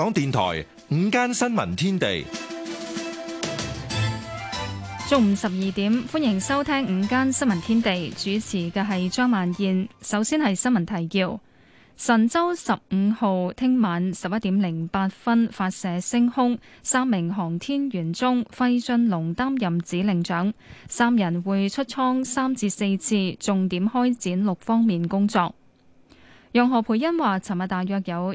港電台午間新聞天地， 中午12點，歡迎收聽午間新聞天地，主持嘅係張曼燕。首先係新聞提要：神舟15號聽晚11點08分發射升空，3名航天員中，費俊龍擔任指令長，3人會出艙3至4次，重點開展6方面工作。楊何蓓茵話，尋日大約有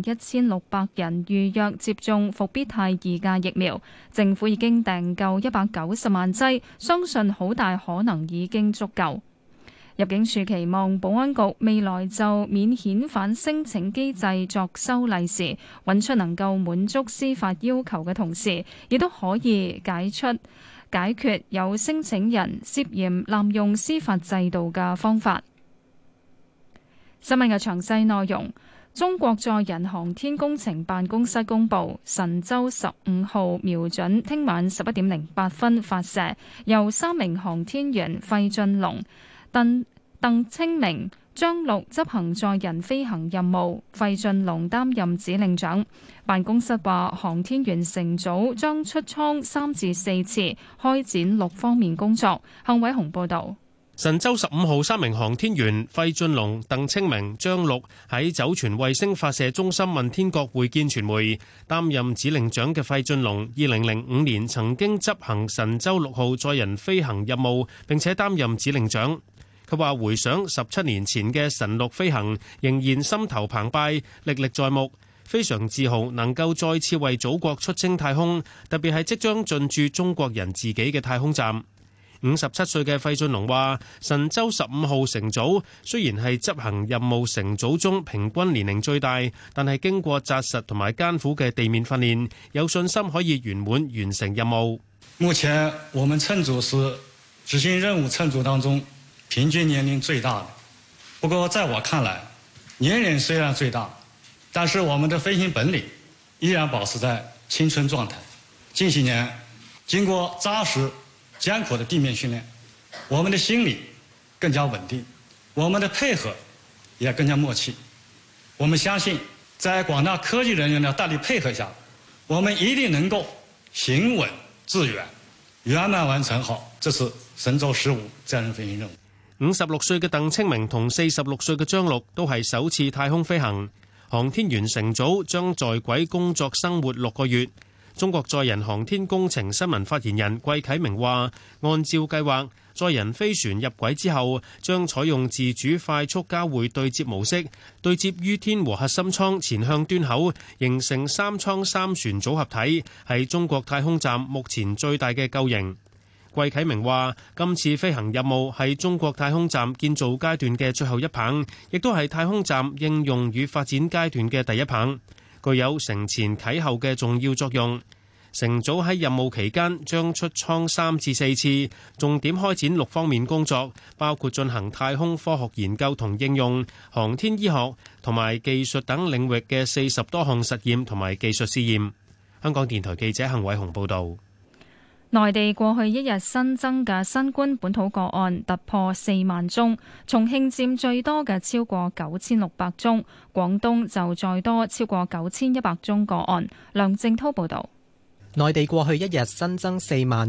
11600人預約接種復必泰2價疫苗，政府已經訂購190萬劑，相信好大可能已經足夠。入境處期望保安局未來就免遣返申請機制作修例時，揾出能夠滿足司法要求嘅同時，亦都可以解決有申請人涉嫌濫用司法制度嘅方法。新聞嘅詳細內容，中國載人航天工程辦公室公布，神舟15號瞄準聽晚11點08分發射，由3名航天員費俊龍、鄧清明、張陸執行載人飛行任務，費俊龍擔任指令長。辦公室話，航天員乘組將出艙3至4次，開展6方面工作。幸偉雄報導。 神舟15號3名航天員費俊龍、鄧清明、張陸喺酒泉衛星發射中心問天閣會見傳媒。擔任指令長嘅費俊龍2005年曾經執行神舟6號載人飛行任務，並且擔任指令長。佢話回想17年前嘅神6飛行，仍然心頭澎湃，歷歷在目，非常自豪能夠再次為祖國出征太空，特別係即將進駐中國人自己嘅太空站。57歲嘅費俊龍話：神舟15號乘組雖然係執行任務乘組中平均年齡最大，但係經過紮實同埋艱苦嘅地面訓練，有信心可以圓滿完成任務。 目前我們乘組是執行任務乘組當中平均年齡最大的。不過在我看來，年齡雖然最大，但是我們的飛行本領依然保持在青春狀態。近些年經過紮實艱苦的地面訓練，我們的心理更加穩定，我們的配合也更加默契。我們相信，在廣大科技人員的大力配合下，我們一定能夠行穩致遠，圓滿完成好這次神舟15載人飛行任務。 56歲嘅鄧清明同46歲嘅張陸都係首次太空飛行，航天員乘組將在軌工作生活6個月。中國載人航天工程新聞發言人季啟明話，按照計劃，載人飛船入軌之後，將採用自主快速交會對接模式，對接於天和核心艙前向端口，形成3艙3船組合體，係中國太空站目前最大嘅構型。季啟明話，今次飛行任務係中國太空站建造階段嘅最後一棒，亦都係太空站應用與發展階段嘅第一棒，具有承前啟後嘅重要作用。乘組喺任務期間將出艙3至4次，重點開展6方面工作，包括進行太空科學研究同應用、航天醫學同埋技術等領域嘅40多項實驗同埋技術試驗。香港電台記者幸偉雄報導。 內地過去一日新增嘅新冠本土個案突破4萬宗，重慶佔最多嘅超過9600宗，廣東就再多超過9100宗個案。梁正滔報導。 內地過去一日新增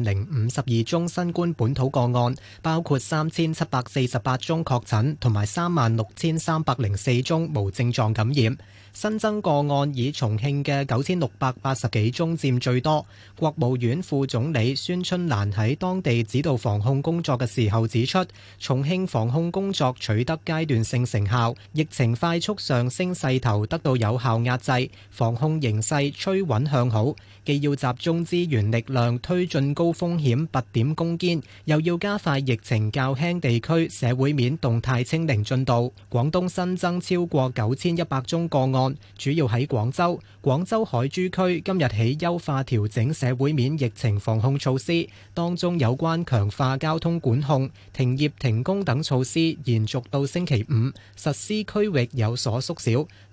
40052宗新冠本土個案，包括3748宗確診同埋36304宗無症狀感染。新增個案以重慶嘅9680幾宗佔最多。國務院副總理孫春蘭喺當地指導防控工作嘅時候指出，重慶防控工作取得階段性成效，疫情快速上升勢頭得到有效壓制，防控形勢趨穩向好。既要集中資源力量推進高風險拔點攻堅，又要加快疫情較輕地區社會面動態清零進度。廣東新增超過9100宗個案，主要喺廣州。廣州海珠區今日起優化調整社會面疫情防控措施，當中有關強化交通管控、停業停工等措施延續到星期五，實施區域有所縮小。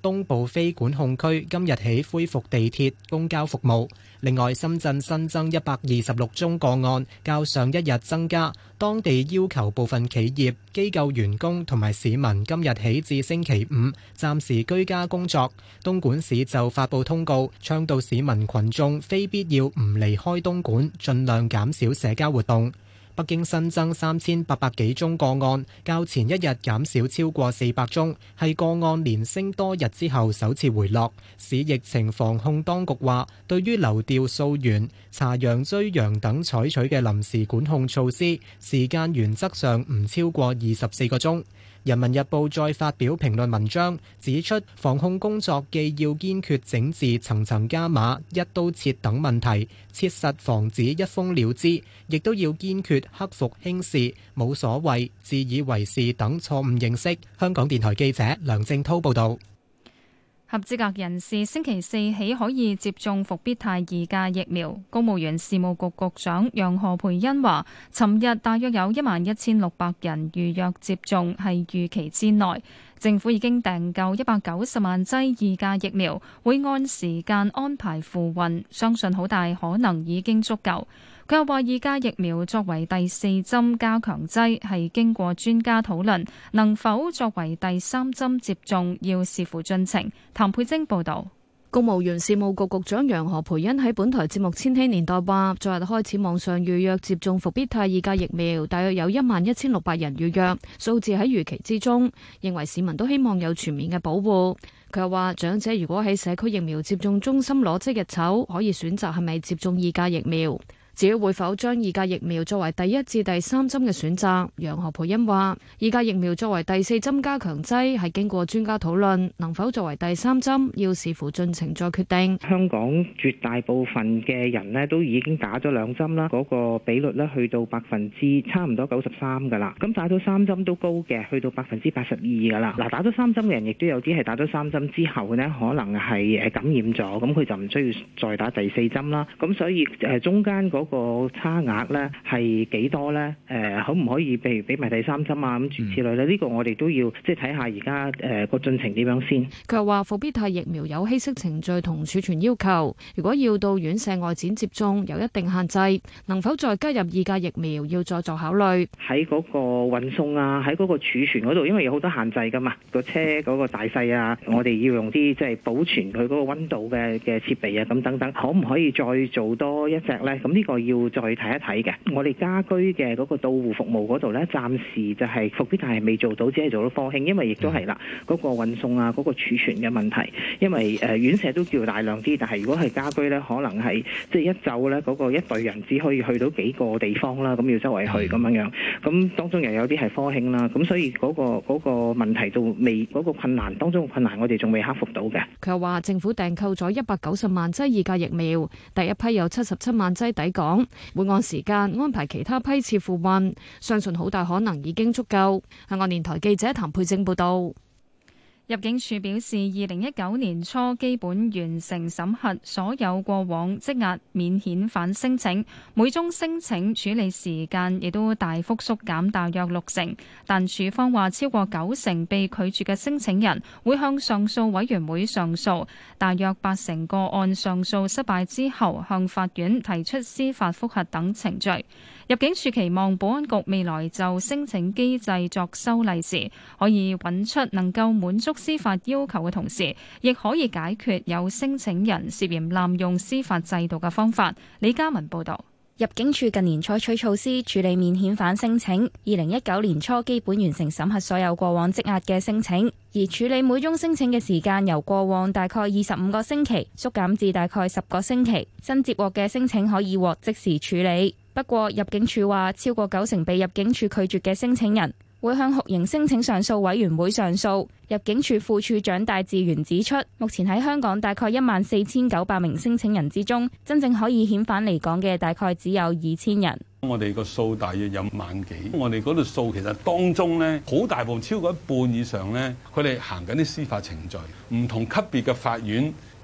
東部非管控區今日起恢復地鐵、公交服務。另外，深圳新增126宗個案，較上一日增加。當地要求部分企業、機構員工同埋市民今日起至星期五暫時居家工作。東莞市就發布通告，倡導市民群眾非必要唔離開東莞，盡量減少社交活動。北京新增3800幾宗個案，較前一日減少超過400宗，係個案連升多日之後首次回落。市疫情防控當局話，對於流調溯源、查陽追陽等採取嘅臨時管控措施，時間原則上唔超過24個鐘。人民日報再發表評論文章，指出防控工作既要堅決整治層層加碼、一刀切等問題，切實防止一封了之，亦都要堅決克服輕視、冇所謂、自以為是等錯誤認識。香港電台記者梁正滔報導。 合資格人士星期四起可以接種復必泰2價疫苗。公務員事務局局長楊何蓓茵話，尋日大約有11600人預約接種，係預期之內。政府已經訂購190萬劑2價疫苗，會按時間安排付運，相信好大可能已經足夠。佢又話，2價疫苗作為第4針加強劑，係經過專家討論，能否作為第3針接種，要視乎進程。譚佩晶報導。 公務員事務局局長楊何蓓茵喺本台節目《千禧年代》話，昨日開始網上預約接種復必泰2價疫苗，大約有11600人預約，數字喺預期之中，認為市民都希望有全面嘅保護。佢又話，長者如果喺社區疫苗接種中心攞即日籌，可以選擇係咪接種2價疫苗。至於會否將2價疫苗作為第1至第3針嘅選擇，楊何蓓茵話：2價疫苗作為第4針加強劑係經過專家討論，能否作為第3針要視乎進程再決定。 香港絕大部分嘅人呢都已經打咗2針啦，嗰個比率呢去到差唔多93%㗎啦。咁打咗3針都高嘅，去到82%㗎啦。嗱，打咗3針嘅人亦都有啲係打咗3針之後呢，可能係感染咗，咁佢就唔需要再打第4針啦。咁所以中間嗰個差額咧係幾多咧？可唔可以譬如俾埋第3針啊？咁諸如此類咧？呢個我哋都要即係睇下而家個進程點樣先。 佢又話復必泰疫苗有稀釋程序同儲存要求，如果要到院舍外展接種有一定限制，能否再加入2價疫苗要再作考慮。 喺嗰個運送啊，喺嗰個儲存嗰度，因為有好多限制㗎嘛，個車嗰個大細啊，我哋要用啲即係保存佢嗰個溫度嘅設備啊，咁等等，可唔可以再做多一隻咧？咁呢個要再睇一睇嘅。我哋家居嘅嗰個到戶服務嗰度呢，暫時就係復必泰係未做到，只係做到科興，因為亦都係啦，嗰個運送啊，嗰個儲存嘅問題。因為院舍都叫大量啲，但係如果係家居呢，可能係即係一週呢，嗰個一隊人只可以去到幾個地方啦，咁要周圍去咁樣樣。咁當中又有啲係科興啦，咁所以嗰個問題到未嗰個困難當中嘅困難，我哋仲未克服到嘅。 佢又話政府訂購咗190萬劑2價疫苗，第一批有77萬劑抵港。會按時間安排其他批次付運，相信好大可能已經足夠。香港電台記者譚佩正報道。 入境處表示，2019年初基本完成審核所有過往積壓免遣返申請，每宗申請處理時間亦都大幅縮減大約60%，但處方話超過90%被拒絕嘅申請人會向上訴委員會上訴，大約80%個案上訴失敗之後向法院提出司法覆核等程序。入境處期望保安局未來就申請機制作修例時，可以揾出能夠滿足司法要求嘅同時，亦可以解決有申請人涉嫌濫用司法制度嘅方法。李嘉文報導。 入境處近年採取措施處理免遣返申請，2019年初基本完成審核所有過往積壓嘅申請，而處理每宗申請嘅時間由過往大概25個星期縮減至大概10個星期，新接獲嘅申請可以獲即時處理。不過入境處話，超過90%被入境處拒絕嘅申請人會向酷刑申請上訴委員會上訴。入境處副處長戴志源指出，目前喺香港大概14900名申請人之中，真正可以遣返離港嘅大概只有2000人。 我哋個數大約有萬幾，我哋嗰度數其實當中呢，好大部分超過一半以上呢，佢哋行緊啲司法程序，唔同級別嘅法院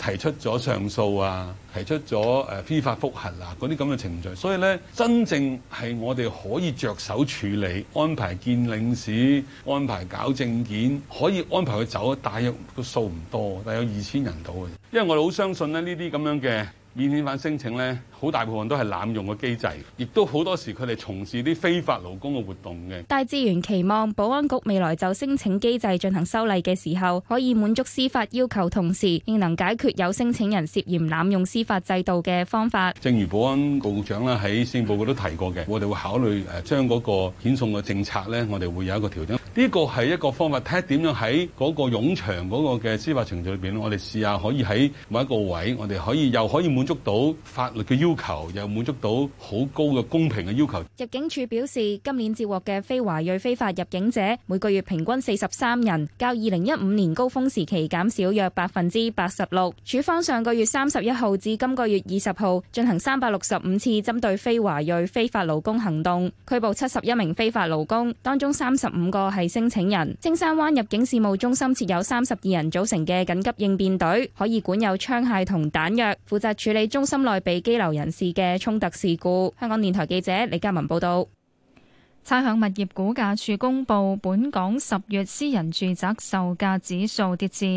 提出咗上訴啊，提出咗司法覆核啊嗰啲咁嘅程序。所以咧，真正係我哋可以着手處理，安排見領事，安排搞證件，可以安排佢走，大約個數唔多，大約2000人到嘅。因為我哋好相信咧，呢啲咁樣嘅免遣返申請咧，好大部分都係濫用嘅機制，亦都好多時佢哋從事啲非法勞工嘅活動嘅。 戴志源期望保安局未來就申請機制進行修例嘅時候，可以滿足司法要求，同時亦能解決有申請人涉嫌濫用司法制度嘅方法。 正如保安局長啦喺施政報告都提過嘅，我哋會考慮將嗰個遣送嘅政策咧，我哋會有一個調整。呢個係一個方法，睇下點樣喺嗰個冗長嗰個嘅司法程序裏邊，我哋試下可以喺某一個位，我哋又可以滿足到法律嘅要求，又滿足到好高嘅公平嘅要求。 入境處表示，今年接獲嘅非華裔非法入境者每個月平均43人，較2015年高峰時期減少約86%。處方上個月31號至今個月20號進行365次針對非華裔非法勞工行動，拘捕71名非法勞工，當中35個係申請人。青山灣入境事務中心設有32人組成嘅緊急應變隊，可以管有槍械同彈藥，負責處理中心內被羈留人士嘅衝突事故。香港電台記者李嘉文報道。差餉物業估價署公布，本港10月私人住宅售價指數跌至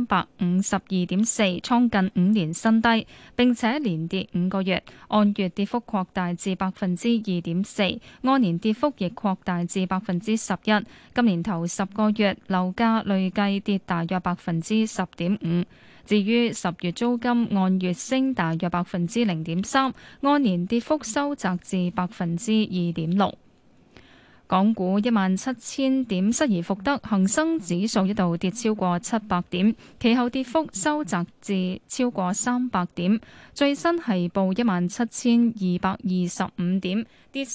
352.4，創近5年新低，並且連跌5個月，按月跌幅擴大至2.4%，按年跌幅亦擴大至11%。今年頭10個月樓價累計跌大約10.5%。至於10月租金按月升大約0.3%，按年跌幅收窄至2.6%。港股17000點失而復得，恒生指數一度跌超過700點，其後跌幅收窄至超過300點，最新係報17225點，跌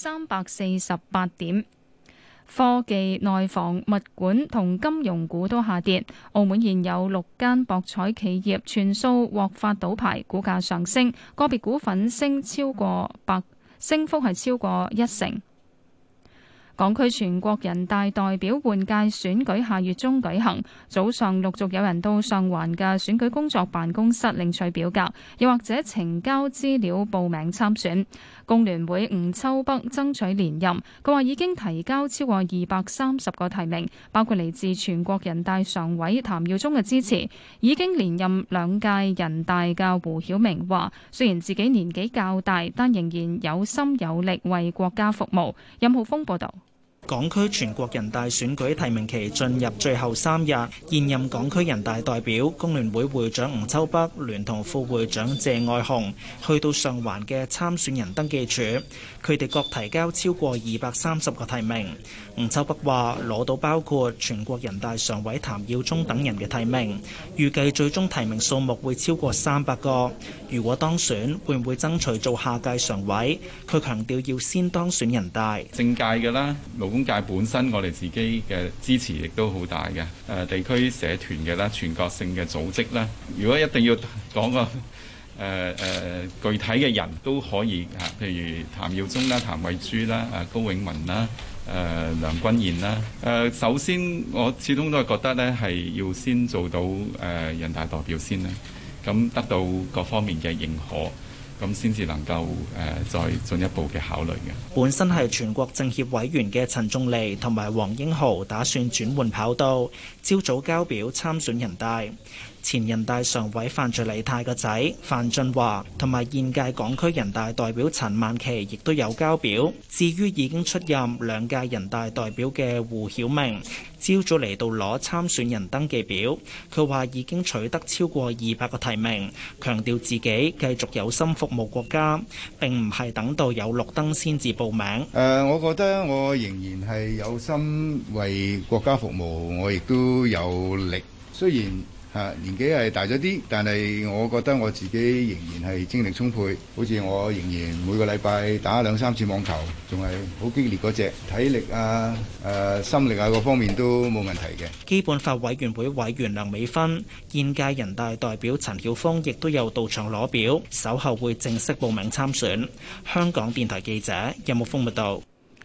348點。科技、內房、物管同金融股都下跌。澳門現有6間博彩企業全數獲發賭牌，股價上升，個別股份升幅係超過1成。港區全國人大代表換屆選舉下月中舉行，早上陸續有人到上環嘅選舉工作辦公室領取表格，又或者呈交資料報名參選。工聯會吳秋北爭取連任，佢話已經提交超過230個提名，包括嚟自全國人大常委譚耀宗嘅支持。已經連任2屆人大嘅胡曉明話，雖然自己年紀較大，但仍然有心有力為國家服務。任浩峰報導。 港區全國人大選舉提名期進入最後3日，現任港區人大代表工聯會會長吳秋北聯同副會長謝愛紅去到上環嘅參選人登記處，佢哋各提交超過230個提名。吳秋北話攞到包括全國人大常委譚耀宗等人嘅提名，預計最終提名數目會超過300個。如果當選，會唔會爭取做下屆常委？佢強調要先當選人大。 政界嘅啦，勞工界本身我哋自己嘅支持亦都好大嘅。地區社團嘅啦，全國性嘅組織啦，如果一定要講個具體嘅人都可以嚇，譬如譚耀宗啦、譚慧珠啦、高永文啦、梁君彥啦。首先我始終都係覺得咧，係要先做到人大代表先啦，咁得到各方面嘅認可，咁先至能夠再進一步嘅考慮嘅。 本身係全國政協委員嘅陳仲利同埋黃英豪打算轉換跑道，朝早交表參選人大。前人大常委范徐麗泰個仔范俊華同埋現屆港區人大代表陳曼琪亦都有交表。至於已經出任2屆人大代表嘅胡曉明，朝早嚟到攞參選人登記表，佢話已經取得超過200個提名，強調自己繼續有心服務國家，並唔係等到有綠燈先至報名。 我覺得我仍然係有心為國家服務，我亦都有力，雖然年紀係大咗啲，但係我覺得我自己仍然係精力充沛，好似我仍然每個禮拜打2-3次網球，仲係好激烈嗰隻，體力啊、心力啊各方面都冇問題嘅。 基本法委員會委員梁美芬、現屆人大代表陳曉峰亦都有到場攞表，稍後會正式報名參選。香港電台記者任木峰報道。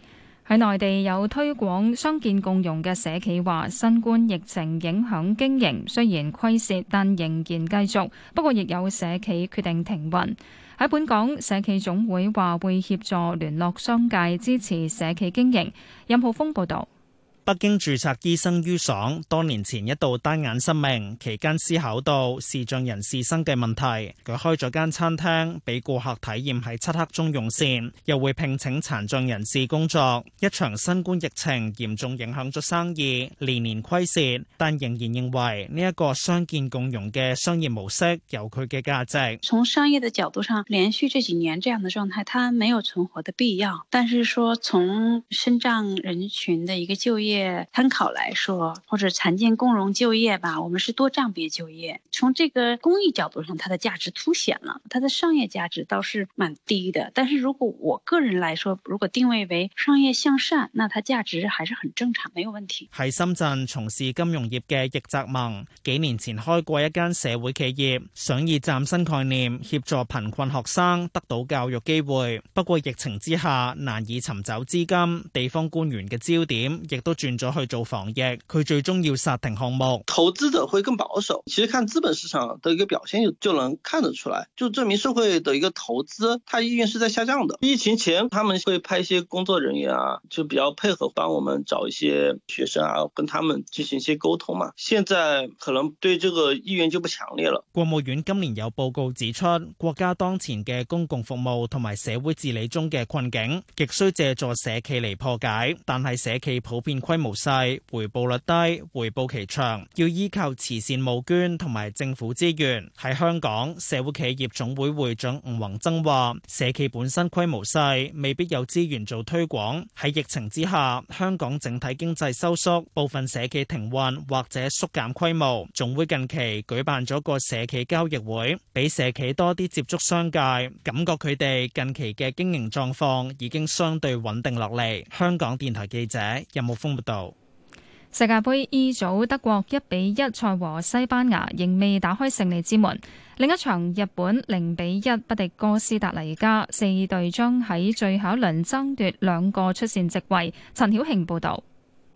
喺內地有推廣傷健共融嘅社企話，新冠疫情影響經營，雖然虧蝕，但仍然繼續。不過亦有社企決定停運。喺本港，社企總會話會協助聯絡商界支持社企經營。任浩峰報導。 北京註冊醫生于爽多年前一度單眼失明，期間思考到視障人士生計問題，佢開咗間餐廳，俾顧客體驗喺漆黑中用膳，又會聘請殘障人士工作。一場新冠疫情嚴重影響咗生意，年年虧蝕，但仍然認為呢一個傷健共融嘅商業模式有佢嘅價值。 從商業的角度上，連續這幾年這樣的狀態，它沒有存活的必要。但是說從身障人群的一個就業參考來說，或者殘健共融就業吧，我們是多障別就業。從這個公益角度上，它的價值凸顯了，它的商業價值倒是蠻低的。但是如果我個人來說，如果定位為商業向善，那它價值還是很正常，沒有問題。 喺深圳從事金融業嘅易澤盟，幾年前開過一間社會企業，想以嶄新概念協助貧困學生得到教育機會。不過疫情之下難以尋找資金，地方官員嘅焦點亦都轉咗去做防疫，佢最終要殺停項目。 投資者會更保守，其實看資本市場的一個表現就能看得出來，就證明社會的一個投資，它意願是在下降的。疫情前他們會派一些工作人員啊，就比較配合幫我們找一些學生啊，跟他們進行一些溝通嘛。現在可能對這個意願就不強烈了。 國務院今年有報告指出，國家當前嘅公共服務同埋社會治理中嘅困境，極需借助社企嚟破解。但係社企普遍規模細，回報率低，回報期長，要依靠慈善募捐同埋政府資源。喺香港，社會企業總會會長吳宏增話，社企本身規模細，未必有資源做推廣。喺疫情之下，香港整體經濟收縮，部分社企停運或者縮減規模。總會近期舉辦咗個社企交易會，俾社企多啲接觸商界，感覺佢哋近期嘅經營狀況已經相對穩定落嚟。香港電台記者任木峰報道。 世界盃 E 組德國1-1賽和西班牙，仍未打開勝利之門。另一場日本0-1不敵哥斯達黎加，四隊將喺最後一輪爭奪2個出線席位。陳曉慶報導。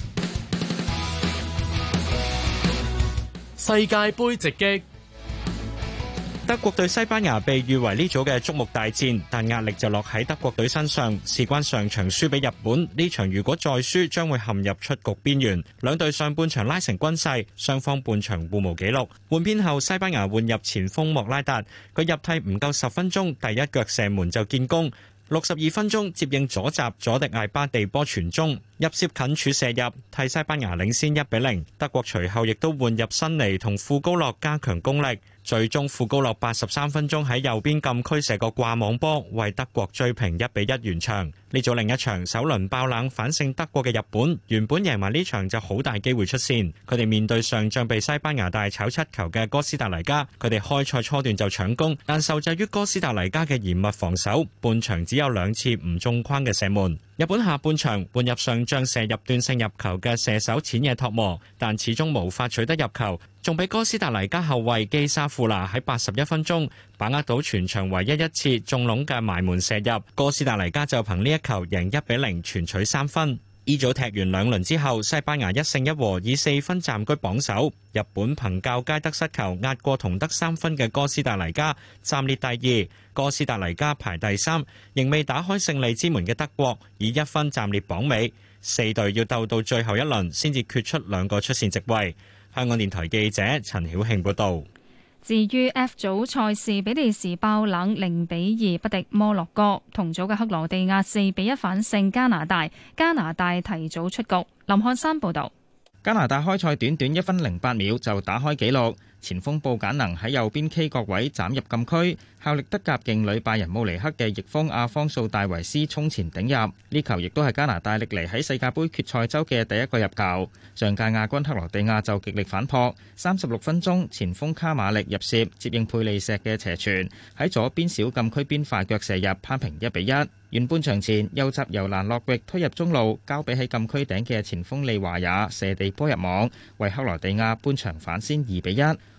世界盃直擊。德國對西班牙被譽為呢組嘅矚目大戰，但壓力就落喺德國隊身上。事關上場輸俾日本，呢場如果再輸，將會陷入出局邊緣。兩隊上半場拉成均勢，雙方半場互無紀錄。換邊後，西班牙換入前鋒莫拉達，佢入替唔夠10分鐘，第一腳射門就建功。62分鐘接應左閘佐迪艾巴地波傳中，入楔近柱射入，替西班牙領先1-0。德國隨後亦都換入辛尼同富高洛加強攻力，最終富高洛83分鐘喺右邊禁區射個掛網波，為德國追平1-1完場。呢組另一場首輪爆冷反勝德國嘅日本，原本贏埋呢場就好大機會出線。佢哋面對上仗被西班牙大炒7球嘅哥斯達黎加，佢哋開賽初段就搶攻，但受制於哥斯達黎加嘅嚴密防守，半場只有2次唔中框嘅射門。日本下半場換入上仗射入斷勝入球嘅射手淺野拓磨，但始終無法取得入球，仲俾哥斯達黎加後衛基沙庫拿喺81分鐘把握到全場唯一一次中籠嘅埋門射入，哥斯達黎加就憑呢一球贏1-0全取3分。E 組踢完2輪之後，西班牙1勝1和以4分暫居榜首，日本憑較佳得失球壓過同得3分嘅哥斯達黎加，暫列第2。哥斯達黎加排第3，仍未打開勝利之門嘅德國以1分暫列榜尾。四隊要鬥到最後一輪先至決出2個出線席位。香港電台記者陳曉慶報導。 至於 F 組賽事，比利時爆冷0-2不敵摩洛哥，同組嘅克羅地亞4-1反勝加拿大，加拿大提早出局。林漢山報導。 加拿大開賽短短1分08秒就打開紀錄，前鋒布簡能喺右邊 K 角位斬入禁區，效力德甲勁旅拜仁慕尼黑嘅翼鋒阿方素戴維斯衝前頂入，呢球亦都係加拿大歷嚟喺世界盃決賽周嘅第一個入球。上屆亞軍克羅地亞就極力反撲，36分鐘前鋒卡馬力入楔，接應佩利石嘅斜傳喺左邊小禁區邊快腳射入，攀平1-1。完半場前，右閘由蘭諾域推入中路，交俾喺禁區頂嘅前鋒利華也射地波入網，為克羅地亞半場反先2-1。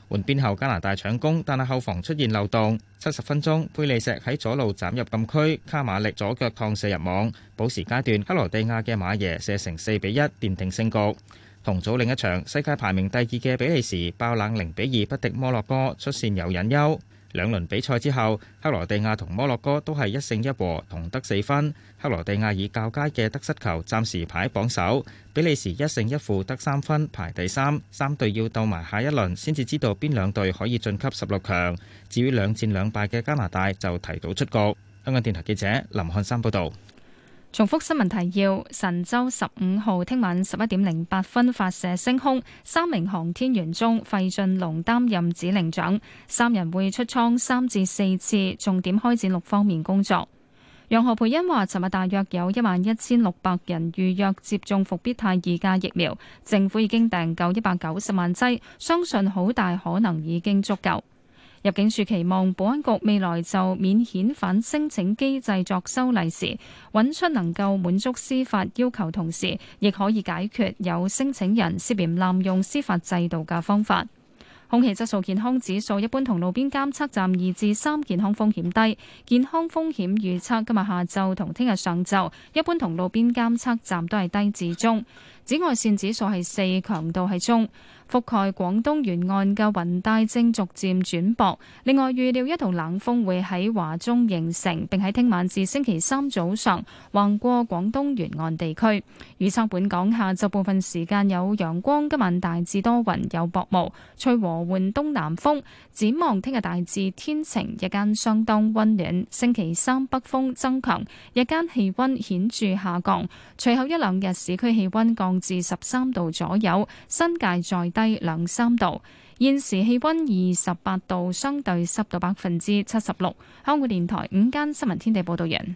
換邊後加拿大搶攻，但係後防出現漏洞。70分鐘，貝利石喺左路斬入禁區，卡馬力左腳趟射入網。補時階段，克羅地亞嘅馬耶射成4-1，奠定勝局。同組另一場，世界排名第2嘅比利時爆冷0-2不敵摩洛哥，出線有隱憂。兩輪比賽之後，克羅地亞同摩洛哥都係1勝1和，同得4分。克羅地亞以較佳嘅得失球暫時排榜首，比利時1勝1負得3分，排第3。3隊要鬥埋下一輪先至知道邊兩隊可以晉級16強。至於2戰2敗嘅加拿大就提早出局。香港電台記者林漢山報導。 重複新聞提要：神舟15號聽晚11點08分發射升空，3名航天員中，費俊龍擔任指令長，3人會出艙3至4次，重點開展6方面工作。楊何蓓茵話：尋日大約有11600人預約接種復必泰2價疫苗，政府已經訂購190萬劑，相信好大可能已經足夠。入境處期望保安局未來就免遣返申請機制作修例時，揾出能夠滿足司法要求，同時亦可以解決有申請人涉嫌濫用司法制度嘅方法。空氣質素健康指數一般同路邊監測站2至3，健康風險低。健康風險預測今日下晝同聽日上晝，一般同路邊監測站都係低至中。紫外線指數係4，強度係中。覆蓋廣東沿岸嘅雲帶正逐漸轉薄，另外預料一道冷鋒會喺華中形成，並喺聽晚至星期三早上橫過廣東沿岸地區。預測本港下晝部分時間有陽光，今晚大致多雲有薄霧，吹和緩東南風。展望聽日大致天晴，日間相當溫暖。星期三北風增強，日間氣溫顯著下降，隨後一兩日市區氣溫降至13度左右，新界再低2-3度。現時氣溫28度，相對濕度76%。香港電台午間新聞天地報道人。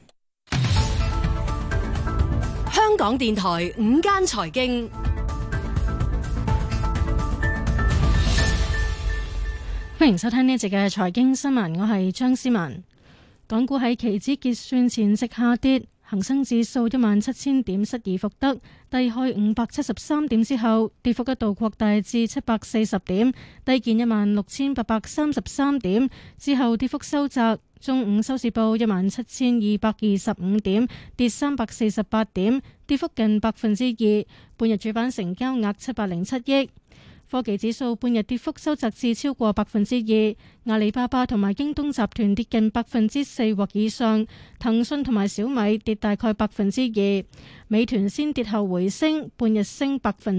香港電台午間財經， 歡迎收聽呢一節嘅財經新聞，我係張思文。港股喺期指結算前夕下跌。恒生指數17000點失而復得，低開573點之後，跌幅一度擴大至740點，低見16833點，之後跌幅收窄。中午收市報17225點，跌348點，跌幅近2%。半日主板成交額707億。科技指數半日跌幅收窄至超過2%，阿里巴巴同埋京東集團跌近4%或以上，騰訊同埋小米跌大概2%，美團先跌後回升，半日升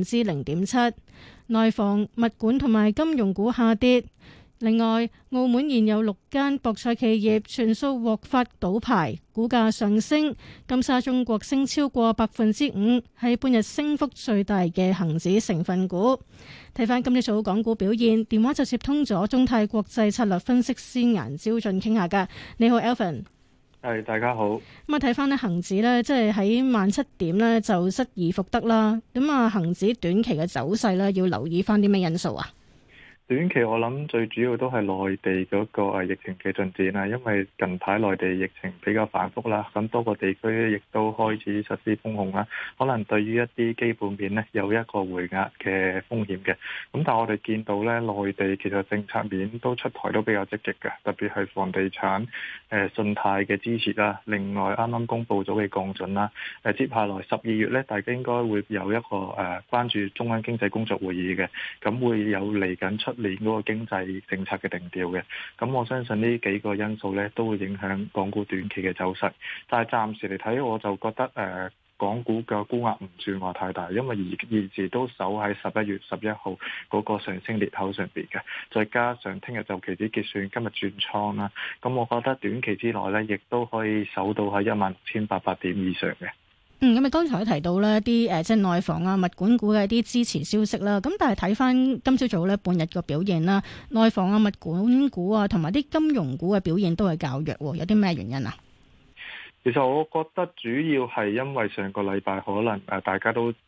0.7%。內房、物管同埋金融股下跌。另外，澳門現有6間博彩企業全數獲發賭牌，股價上升。金沙中國升超過5%，係半日升幅最大嘅恒指成分股。睇翻今朝早港股表現，電話就接通咗中泰國際策略分析師顏朝俊傾下㗎。你好 Alvin。 係，大家好。 咁啊，睇翻呢恒指呢，即係喺17000點呢就失而復得啦。咁啊，恒指短期嘅走勢呢，要留意翻啲咩因素啊？ 短期我諗最主要都係內地嗰個疫情嘅進展啦，因為近排內地疫情比較反覆啦，咁多個地區亦都開始實施封控啦，可能對於一啲基本面呢有一個回壓嘅風險嘅。咁但係我哋見到呢，內地其實政策面都出台都比較積極嘅，特別係房地產信貸嘅支持啦。另外啱啱公布咗嘅降準啦，接下來12月呢，大家應該會有一個關注中央經濟工作會議嘅，咁會有嚟緊出年嗰個經濟政策嘅定調嘅，咁我相信呢幾個因素咧都會影響港股短期嘅走勢，但係暫時嚟睇，我就覺得港股嘅沽壓唔算話太大，因為現時都守喺11月11號嗰個上升裂口上邊嘅，再加上聽日就期指結算，今日轉倉啦，咁我覺得短期之內咧，亦都可以守到喺16800點以上嘅。 咁啊，剛才都提到呢啲即係內房啊、物管股嘅一啲支持消息啦。咁但係睇翻今朝早呢半日個表現啦，內房啊、物管股啊同埋啲金融股嘅表現都係較弱，有啲咩原因啊？ 其實我覺得主要係因為上個禮拜可能大家都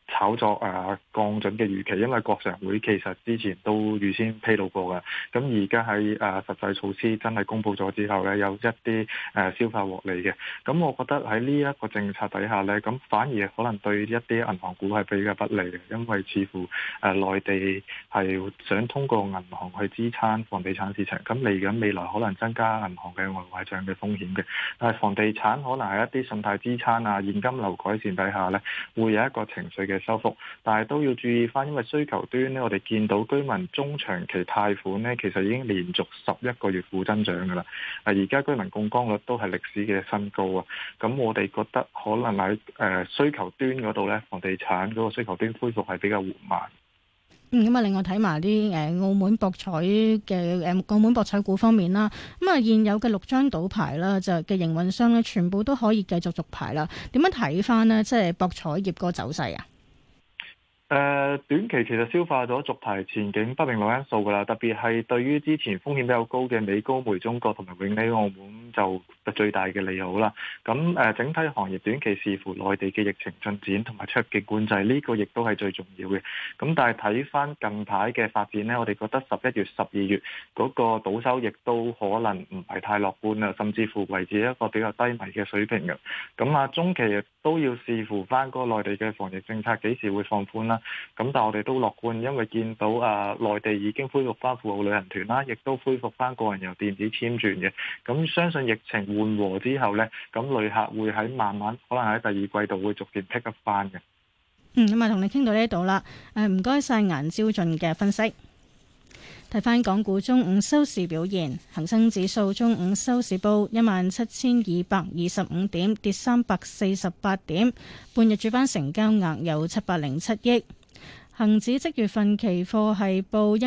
炒作降準嘅預期，因為國常會其實之前都預先披露過嘅。咁而家喺實際措施真係公布咗之後咧，有一啲消化獲利嘅。咁我覺得喺呢一個政策底下咧，咁反而可能對一啲銀行股係比較不利嘅，因為似乎內地係想通過銀行去支撐房地產市場。咁嚟緊未來可能增加銀行嘅外壞帳嘅風險嘅。但係房地產可能係一啲信貸支撐現金流改善底下咧，會有一個情緒嘅收復，但係都要注意翻，因為需求端咧，我哋見到居民中長期貸款咧，其實已經連續11個月負增長㗎啦。而家居民槓桿率都係歷史嘅新高啊！咁我哋覺得可能喺需求端嗰度咧，房地產嗰個需求端恢復係比較緩慢。 咁另外睇埋啲澳門博彩嘅澳門博彩股方面啦，現有嘅6張賭牌啦，就嘅營運商咧，全部都可以繼續續牌啦。點樣睇翻呢？即係博彩業個走勢啊？ 短期其實消化咗續牌前景不明朗因素㗎啦，特別係對於之前風險比較高嘅美高梅中國同埋永利澳門就最大嘅利好啦。咁整體行業短期視乎內地嘅疫情進展同埋出入境管制，呢個亦都係最重要嘅。咁但係睇翻近排嘅發展呢，我哋覺得11月、12月嗰個賭收亦都可能唔係太樂觀啦，甚至乎維持一個比較低迷嘅水平嘅。咁中期都要視乎翻嗰個內地嘅防疫政策幾時會放寬啦。咁但係我哋都樂觀，因為見到內地已經恢復翻赴澳旅行團啦，亦都恢復翻個人遊電子簽證嘅。咁相信疫情緩和之後呢，咁旅客會喺慢慢可能喺第二季度會逐漸 pick up 翻嘅。 咁同你傾到呢度啦。唔該晒顏朝俊嘅分析。睇翻港股中午收市表現，恒生指數中午收市報17,225點，跌348點。半日主板成交額有707億。恒指即月份期貨係報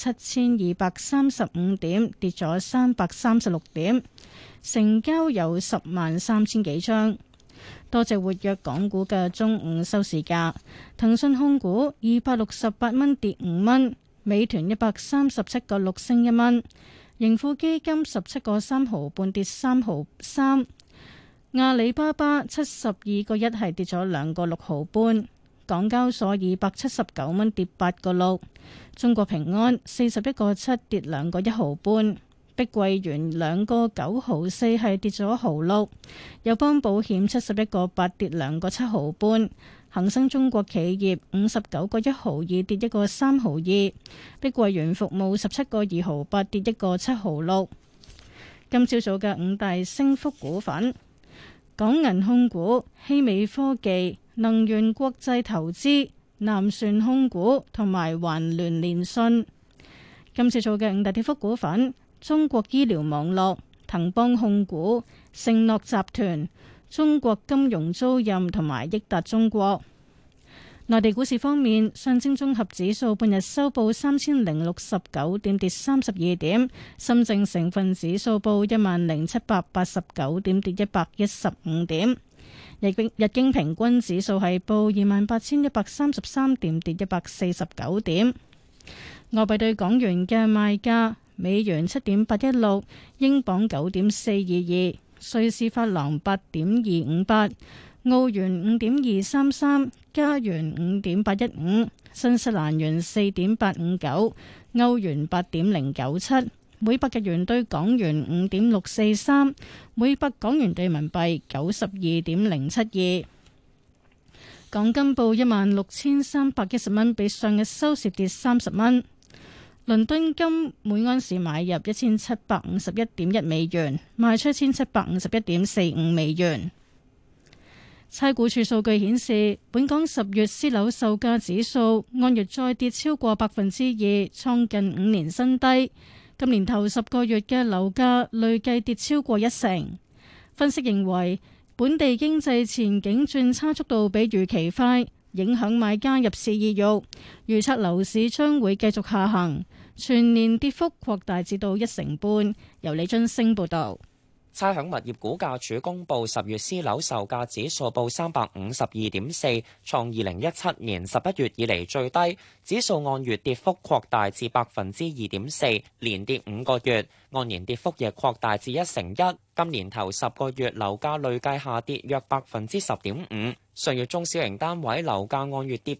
17,235點，跌咗336點，成交有103000幾張。多隻活躍港股嘅中午收市價，騰訊控股268蚊跌5蚊。美團137個6升1蚊，盈富基金17個3毫半跌3毫3，阿里巴巴72個1係跌咗2個6毫半，港交所279蚊跌8個6，中國平安41個7跌2個1毫半，碧桂園2個9毫4係跌咗1毫6，友邦保險71個8跌2個7毫半。恒生中國企業59個1毫2跌1個3毫2，碧桂園服務17個2毫8跌1個7毫6。今朝早嘅5大升幅股份：港銀控股、希美科技、能源國際投資、南船控股同埋環聯聯信。今朝早嘅5大跌幅股份：中國醫療網絡、騰邦控股、盛諾集團、中國金融租賃同埋益達中國。內地股市方面，上證綜合指數半日收報3069點，跌32點；深證成分指數報10789點，跌115點；日經平均指數係報28133點，跌149點。外幣對港元嘅賣價：美元7.816，英鎊9.422。瑞士法郎8.258，澳元5.233，加元5.815，新西蘭元4.859，歐元8.097，每百日元對港元5.643，每百港元對人民幣92.072。港金報16,310蚊，比上日收市跌30蚊。倫敦金每盎司買入1751.1美元，賣出1751.45美元。差估署數據顯示，本港10月私樓售價指數按月再跌超過2%，創近5年新低。今年頭10個月嘅樓價累計跌超過1%。分析認為，本地經濟前景轉差速度比預期快，影響買家入市意欲，預測樓市將會繼續下行，全年跌幅擴大至到1成半。由李津升報導。 差餉物業估價署公佈10月私樓售價指數報352.4，創2017年11月以嚟最低，指數按月跌幅擴大至2.4%，連跌5個月，按年跌幅亦擴大至1成1。今年頭10個月樓價累計下跌約10.5%， 上月中小型單位樓價按月跌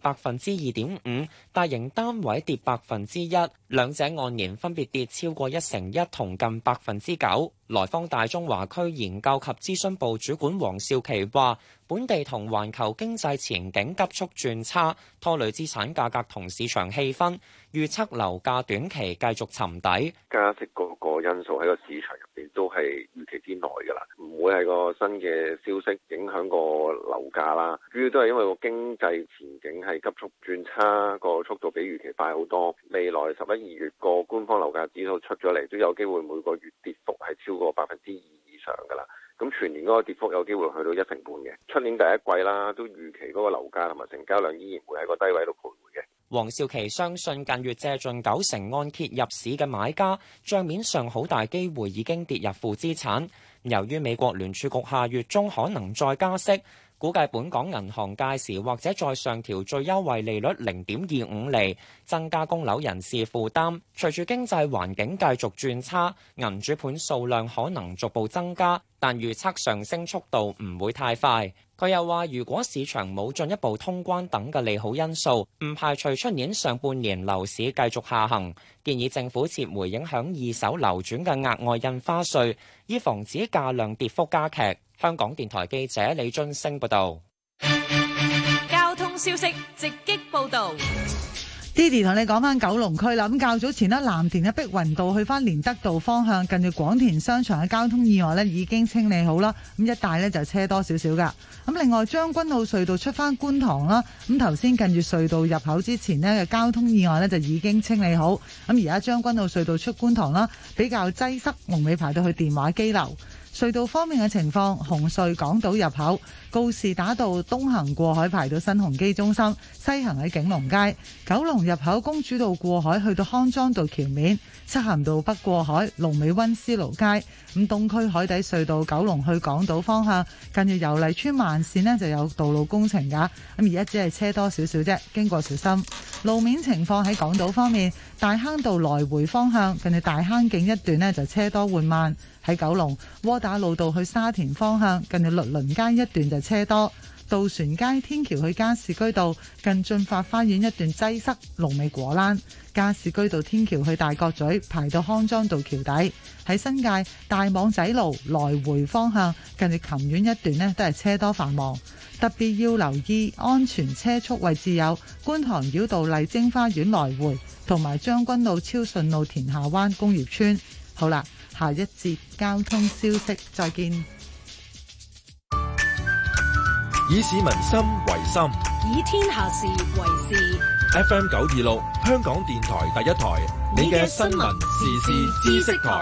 2.5%，大型單位跌1%，兩者按年分別跌超過1%同近9%。萊坊大中華區研究及諮詢部主管黃少琪話：本地同環球經濟前景急速轉差，拖累資產價格同市場氣氛，預測樓價短期繼續沉底。 加息嗰個因素喺個市場入邊都係預期之內㗎啦，唔會係個新嘅消息影響個樓價啦。主要都係因為個經濟前景係急速轉差，個速度比預期快好多。未來11、2月個官方樓價指數出咗嚟，都有機會每個月跌幅係超過2%以上㗎啦。咁全年嗰個跌幅有機會去到1成半嘅。出年第一季啦，都預期嗰個樓價同埋成交量依然會喺個低位度徘徊嘅。 黃少琪相信近月借盡9成按揭入市嘅買家，帳面上好大機會已經跌入負資產。由於美國聯儲局下月中可能再加息，估計本港銀行屆時或者再上調最優惠利率0.25厘，增加供樓人士負擔。隨住經濟環境繼續轉差，銀主盤數量可能逐步增加，但預測上升速度唔會太快。佢又話，如果市場冇進一步通關等嘅利好因素，唔排除出年上半年樓市繼續下行。建議政府撤回影響二手流轉嘅額外印花稅，以防止價量跌幅加劇。香港電台記者李津升報道。 交通消息直擊報道。 Didi 同你講翻九龍區啦，咁較早前呢，藍田嘅碧雲道去翻連德道方向，近住廣田商場嘅交通意外呢已經清理好啦，咁一帶呢就車多少少噶。咁另外將軍澳隧道出翻觀塘啦，咁頭先近住隧道入口之前呢嘅交通意外呢就已經清理好，咁而家將軍澳隧道出觀塘啦比較擠塞，龍尾排到去電話機樓。隧道方面嘅情況，紅隧港島入口告士打道東行過海排到新鴻基中心，西行喺景隆街；九龍入口公主道過海去到康莊道橋面，漆咸道北過海龍尾溫思勞街。咁東區海底隧道九龍去港島方向，近住油麗村慢線呢就有道路工程㗎，咁而家只係車多少少啫，經過小心。路面情況喺港島方面，大坑道來回方向近住大坑徑一段呢就車多緩慢。喺九龍窩打老道去沙田方向，近住律倫街一段就車多；渡船街天橋去加士居道近駿發花園一段擠塞，龍尾果欄；加士居道天橋去大角咀排到康莊道橋底。喺新界大網仔路來回方向，近住琴苑一段呢都係車多繁忙，特別要留意安全車速位置有觀塘繞道麗晶花園來回，同埋將軍澳超順路田下灣工業村。好啦。下一節交通消息，再見。 以市民心為心， 以天下事為事。 FM 926，香港電台第一台，你嘅新聞時事知識台。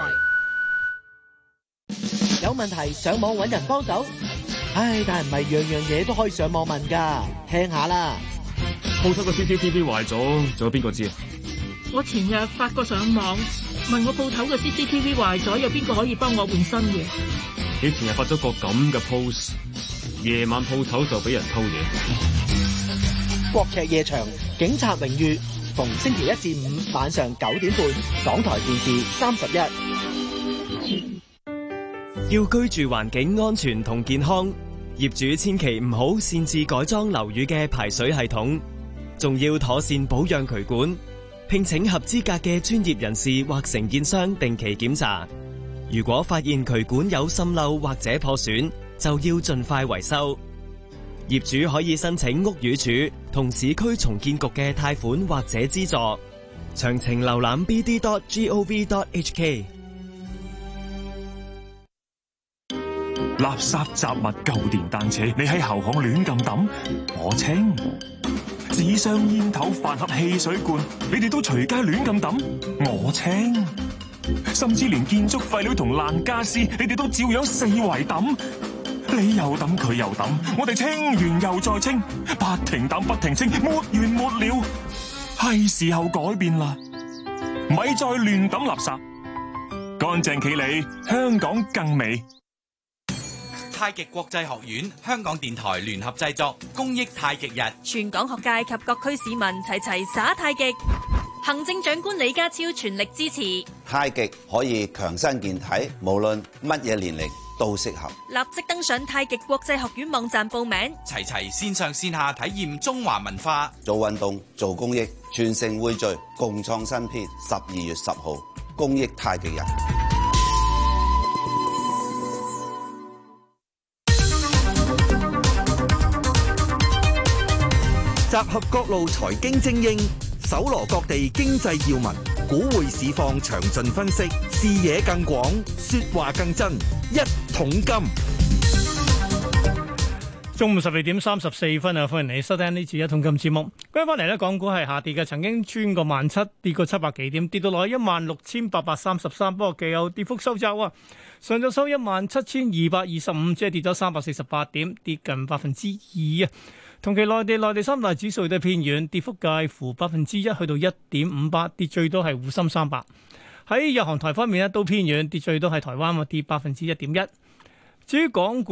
有問題上網揾人幫手，但係唔係樣樣嘢都可以上網問㗎。聽下啦， 鋪頭個 CCTV 壞咗，仲有邊個知？ 我前日發過上網。問我鋪頭嘅 CCTV 壞咗，有邊個可以幫我換新嘅？ 你前日發咗個咁嘅 post， 夜晚鋪頭就俾人偷嘢。 國劇夜場，警察榮譽，逢星期1至5晚上9點半，港台電視31。 要居住環境安全同健康，業主千祈唔好擅自改裝樓宇嘅排水系統，仲要妥善保養渠管。聘請合資格嘅專業人士或承建商定期檢查，如果發現渠管有滲漏或者破損，就要盡快維修。業主可以申請屋宇署同市區重建局嘅貸款或者資助。詳情瀏覽 bd.gov.hk。 垃圾雜物舊電單車，你喺後巷亂咁抌，我清。紙箱、煙頭、飯盒、汽水罐，你哋都隨街亂咁抌，我清；甚至連建築廢料同爛家私，你哋都照樣四圍抌。你又抌，佢又抌，我哋清完又再清，不停抌不停清，沒完沒了。係時候改變啦，咪再亂抌垃圾，乾淨企理，香港更美。 太極國際學院、香港電台聯合製作公益太極日， 全港學界及各區市民齊齊耍太極。行政長官李家超全力支持。 太極可以強身健體，無論乜嘢年齡都適合。 立即登上太極國際學院網站報名， 齊齊線上線下體驗中華文化， 做運動做公益，全城匯聚，共創新篇。12月10號，公益太極人。 集合各路財經精英，搜羅各地經濟要聞，股匯市況詳盡分析，視野更廣，說話更真。一桶金， 中午12:34啊！歡迎你收聽呢次一桶金節目。跟翻嚟呢，港股係下跌嘅，曾經穿過1700，跌過700幾點，跌到落去16,833，不過既有跌幅收窄啊。上晝收17,225，即係跌咗348點，跌近2%啊。同期內地三大指數都係偏軟，跌幅介乎1%去到1.58，跌最多係滬深300。喺日韓台方面咧都偏軟，跌最多係台灣跌1.1%。至於港股